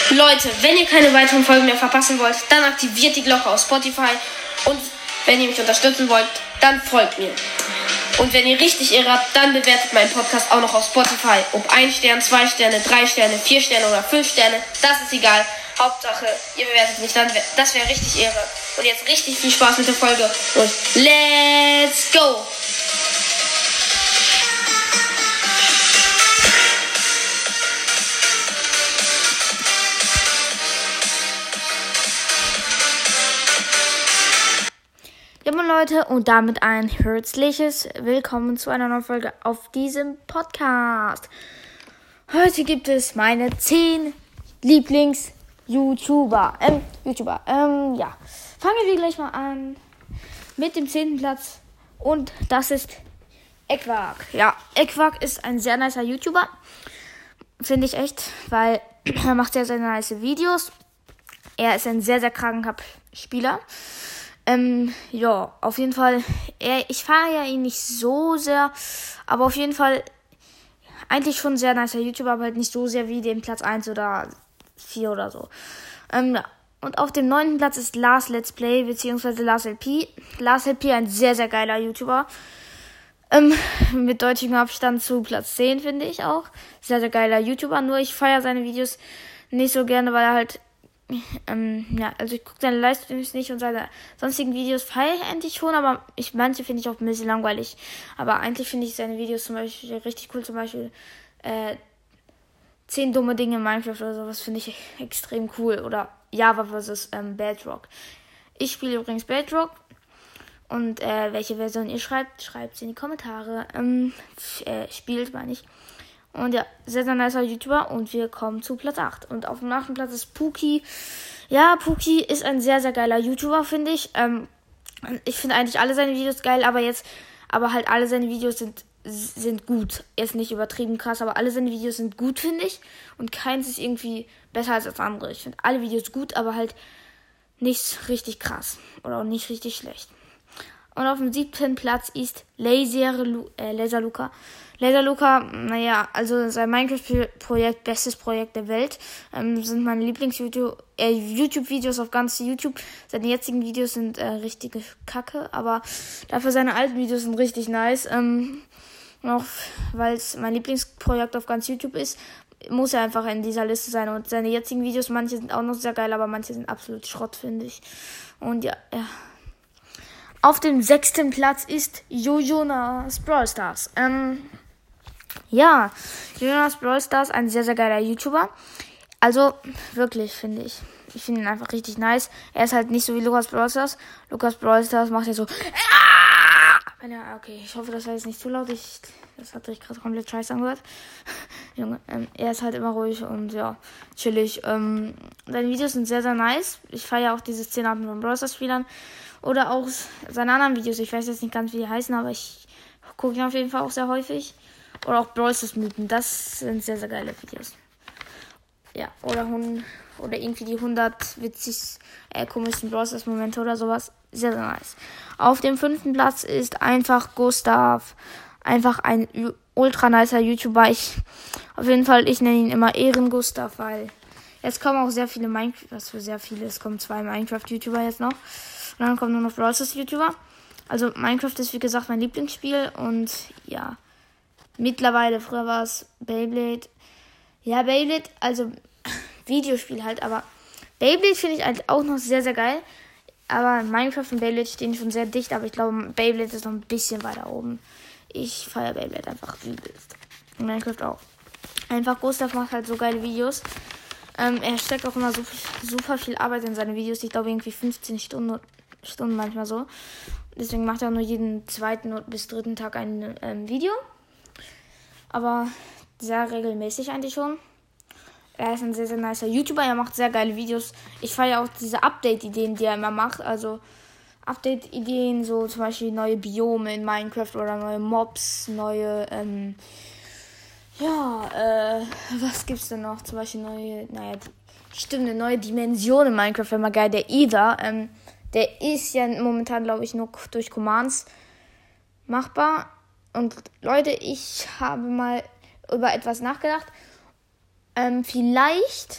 Leute, wenn ihr keine weiteren Folgen mehr verpassen wollt, dann aktiviert die Glocke auf Spotify. Und wenn ihr mich unterstützen wollt, dann folgt mir. Und wenn ihr richtig Ehre habt, dann bewertet meinen Podcast auch noch auf Spotify. Ob 1 Stern, 2 Sterne, 3 Sterne, 4 Sterne oder 5 Sterne, das ist egal. Hauptsache, ihr bewertet mich, dann das wäre richtig Ehre. Und jetzt richtig viel Spaß mit der Folge und let's go! Ja, moin Leute, und damit ein herzliches Willkommen zu einer neuen Folge auf diesem Podcast. Heute gibt es meine 10 Lieblings-YouTuber. Ja. Fangen wir gleich mal an mit dem 10. Platz. Und das ist Equark. Ja, Equark ist ein sehr nicer YouTuber. Finde ich echt, weil er macht sehr, sehr nice Videos. Er ist ein sehr, sehr kranker Spieler. Ja, auf jeden Fall, ich fahre ja ihn nicht so sehr, aber auf jeden Fall eigentlich schon sehr nicer YouTuber, aber halt nicht so sehr wie den Platz 1 oder 4 oder so. Ja. Und auf dem 9. Platz ist Lars Let's Play, beziehungsweise Lars LP. Lars LP, ein sehr, sehr geiler YouTuber. Mit deutlichem Abstand zu Platz 10, finde ich auch. Sehr, sehr geiler YouTuber, nur ich feiere seine Videos nicht so gerne, weil er halt also ich gucke seine Livestreams nicht und seine sonstigen Videos feiere ich eigentlich schon, aber manche finde ich auch ein bisschen langweilig. Aber eigentlich finde ich seine Videos zum Beispiel richtig cool, zum Beispiel 10 dumme Dinge in Minecraft oder sowas finde ich extrem cool. Oder Java vs. Bedrock. Ich spiele übrigens Bedrock. Und welche Version ihr schreibt es in die Kommentare. Spielt, meine ich. Und ja, sehr, sehr nicer YouTuber. Und wir kommen zu Platz 8. Und auf dem 8. Platz ist Puki. Ja, Puki ist ein sehr, sehr geiler YouTuber, finde ich. Ich finde eigentlich alle seine Videos geil, aber halt alle seine Videos sind gut. Er ist nicht übertrieben krass, aber alle seine Videos sind gut, finde ich. Und keins ist irgendwie besser als das andere. Ich finde alle Videos gut, aber halt nicht richtig krass. Oder auch nicht richtig schlecht. Und auf dem 7. Platz ist LaserLuca. LaserLuca, naja, also sein Minecraft-Projekt, bestes Projekt der Welt, sind meine YouTube-Videos auf ganz YouTube. Seine jetzigen Videos sind richtige Kacke, aber dafür seine alten Videos sind richtig nice. Auch weil es mein Lieblingsprojekt auf ganz YouTube ist, muss er einfach in dieser Liste sein. Und seine jetzigen Videos, manche sind auch noch sehr geil, aber manche sind absolut Schrott, finde ich. Und ja. Auf dem 6. Platz ist Jonas Brawl Stars. Ja, Jonas Brawl Stars, ein sehr, sehr geiler YouTuber. Also, wirklich, finde ich. Ich finde ihn einfach richtig nice. Er ist halt nicht so wie Lukas Brawl Stars. Lukas Brawl Stars macht ja so. Okay, ich hoffe, das war jetzt nicht zu laut. Das hat sich gerade komplett scheiße angehört. Junge, er ist halt immer ruhig und ja, chillig. Seine Videos sind sehr, sehr nice. Ich feiere auch diese 10 Arten von Brawl Stars Spielern. Oder auch seine anderen Videos. Ich weiß jetzt nicht ganz, wie die heißen, aber ich gucke ihn auf jeden Fall auch sehr häufig. Oder auch Brawl Stars Mythen. Das sind sehr, sehr geile Videos. Ja, oder irgendwie die 100 witzig komischen Brawl Stars Momente oder sowas. Sehr, sehr nice. Auf dem 5. Platz ist einfach Gustav. Einfach ein ultra nicer YouTuber. Ich nenne ihn immer Ehrengustav, weil jetzt kommen auch sehr viele es kommen 2 Minecraft-YouTuber jetzt noch. Und dann kommen nur noch Brawl Stars YouTuber. Also Minecraft ist wie gesagt mein Lieblingsspiel. Und ja, mittlerweile, früher war es Beyblade. Ja, Beyblade, also Videospiel halt. Aber Beyblade finde ich halt auch noch sehr, sehr geil. Aber Minecraft und Beyblade stehen schon sehr dicht. Aber ich glaube, Beyblade ist noch ein bisschen weiter oben. Ich feiere Beyblade einfach übelst. Und Minecraft auch. Einfach Gustav macht halt so geile Videos. Er steckt auch immer super viel Arbeit in seine Videos. Ich glaube irgendwie 15 Stunden manchmal so. Deswegen macht er nur jeden 2. bis 3. Tag ein Video. Aber sehr regelmäßig eigentlich schon. Er ist ein sehr, sehr nicer YouTuber. Er macht sehr geile Videos. Ich feiere auch diese Update-Ideen, die er immer macht. Also Update-Ideen, so zum Beispiel neue Biome in Minecraft oder neue Mobs, neue, was gibt's denn noch? Zum Beispiel eine neue Dimension in Minecraft, wenn man geil, der Ether, der ist ja momentan, glaube ich, nur durch Commands machbar. Und Leute, ich habe mal über etwas nachgedacht. Vielleicht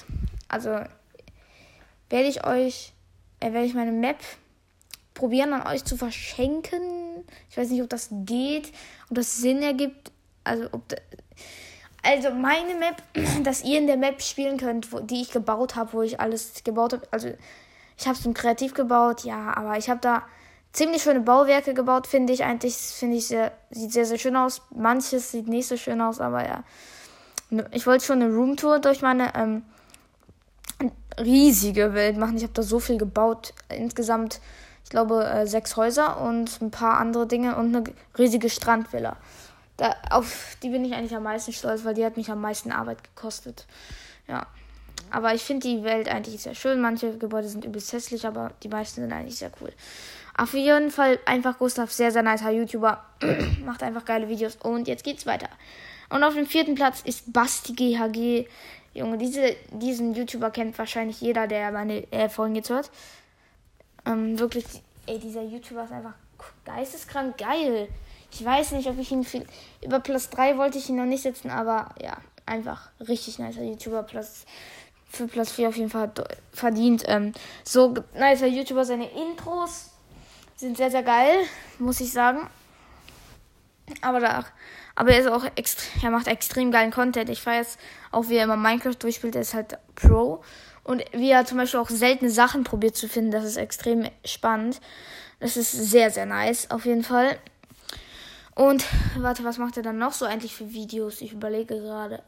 also werde ich meine Map probieren an euch zu verschenken. Ich weiß nicht, ob das geht, ob das Sinn ergibt. Also meine Map, dass ihr in der Map spielen könnt, die ich gebaut habe, wo ich alles gebaut habe. Also ich habe es so kreativ gebaut, ja, aber ich habe da ziemlich schöne Bauwerke gebaut, finde ich eigentlich. Sieht sehr, sehr schön aus. Manches sieht nicht so schön aus, aber ja. Ich wollte schon eine Roomtour durch meine riesige Welt machen. Ich habe da so viel gebaut. Insgesamt, ich glaube, 6 Häuser und ein paar andere Dinge und eine riesige Strandvilla. Auf die bin ich eigentlich am meisten stolz, weil die hat mich am meisten Arbeit gekostet. Ja. Aber ich finde die Welt eigentlich sehr schön. Manche Gebäude sind übelst hässlich, aber die meisten sind eigentlich sehr cool. Auf jeden Fall einfach Gustav, sehr, sehr nicer YouTuber. Macht einfach geile Videos. Und jetzt geht's weiter. Und auf dem 4. Platz ist Basti GHG. Junge, diesen YouTuber kennt wahrscheinlich jeder, der meine Folgen jetzt hört. Wirklich, dieser YouTuber ist einfach geisteskrank geil. Ich weiß nicht, ob ich ihn über Platz 3 wollte ich ihn noch nicht setzen, aber ja, einfach richtig nicer YouTuber. Für Platz 4 auf jeden Fall verdient. So nicer YouTuber, seine Intros sind sehr, sehr geil, muss ich sagen. Aber er ist auch er macht extrem geilen Content. Ich feiere es auch, wie er immer Minecraft durchspielt. Er ist halt Pro. Und wie er zum Beispiel auch seltene Sachen probiert zu finden, das ist extrem spannend. Das ist sehr, sehr nice, auf jeden Fall. Und, warte, was macht er dann noch so eigentlich für Videos? Ich überlege gerade.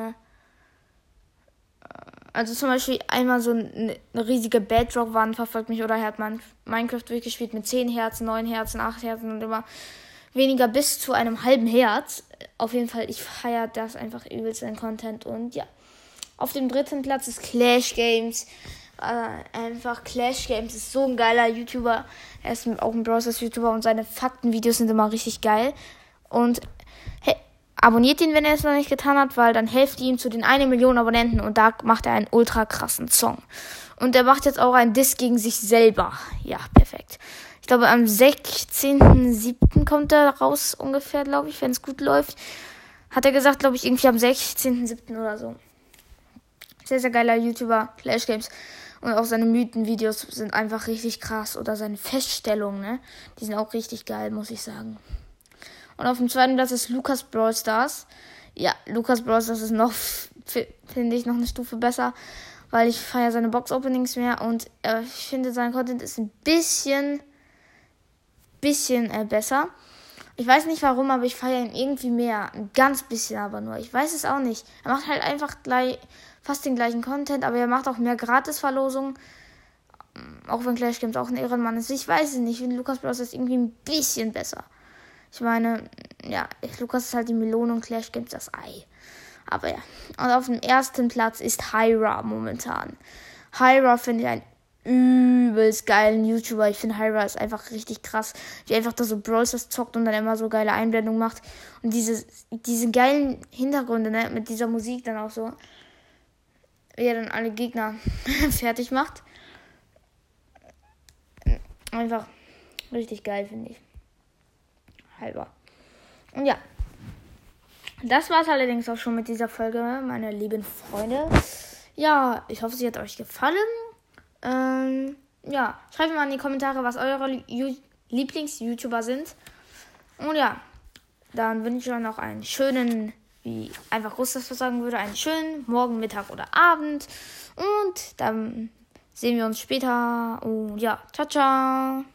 Also zum Beispiel einmal so eine riesige Bedrock-Wand verfolgt mich. Oder er hat Minecraft durchgespielt mit 10 Herzen, 9 Herzen, 8 Herzen und immer weniger bis zu einem halben Herz. Auf jeden Fall, ich feiere das einfach übelst, sein Content. Und ja, auf dem 3. Platz ist Clash Games. Einfach Clash Games ist so ein geiler YouTuber. Er ist auch ein Browsers YouTuber und seine Faktenvideos sind immer richtig geil. Und hey, abonniert ihn, wenn er es noch nicht getan hat, weil dann helft ihm zu den 1 Million Abonnenten und da macht er einen ultra krassen Song. Und er macht jetzt auch einen Diss gegen sich selber. Ja, perfekt. Ich glaube, am 16.07. kommt er raus ungefähr, glaube ich, wenn es gut läuft. Hat er gesagt, glaube ich, irgendwie am 16.07. oder so. Sehr, sehr geiler YouTuber, Clash Games. Und auch seine Mythenvideos sind einfach richtig krass. Oder seine Feststellungen, ne? Die sind auch richtig geil, muss ich sagen. Und auf dem 2. Platz ist Lukas Brawl Stars. Ja, Lukas Brawl Stars ist noch, finde ich, noch eine Stufe besser. Weil ich feiere seine Box-Openings mehr. Und ich finde, sein Content ist ein bisschen besser. Ich weiß nicht warum, aber ich feiere ihn irgendwie mehr. Ein ganz bisschen aber nur. Ich weiß es auch nicht. Er macht halt einfach fast den gleichen Content, aber er macht auch mehr Gratis-Verlosungen. Auch wenn Clash Games auch ein Ehrenmann ist. Ich weiß es nicht. Ich finde Lukas Bros. Ist irgendwie ein bisschen besser. Ich meine, ja, Lukas ist halt die Melone und Clash Games das Ei. Aber ja. Und auf dem 1. Platz ist Hyra momentan. Hyra finde ich einen übelst geilen YouTuber. Ich finde, Hyra ist einfach richtig krass. Wie einfach da so Brawl Stars zockt und dann immer so geile Einblendungen macht. Und diese geilen Hintergründe, ne, mit dieser Musik dann auch so. Wie er dann alle Gegner fertig macht. Einfach richtig geil, finde ich. Halber. Und ja. Das war's allerdings auch schon mit dieser Folge, meine lieben Freunde. Ja, ich hoffe, sie hat euch gefallen. Ja, schreibt mir mal in die Kommentare, was eure Lieblings-YouTuber sind. Und ja, dann wünsche ich euch noch einen schönen, wie einfach Gustav sagen würde, einen schönen Morgen, Mittag oder Abend. Und dann sehen wir uns später. Und ja, ciao, ciao.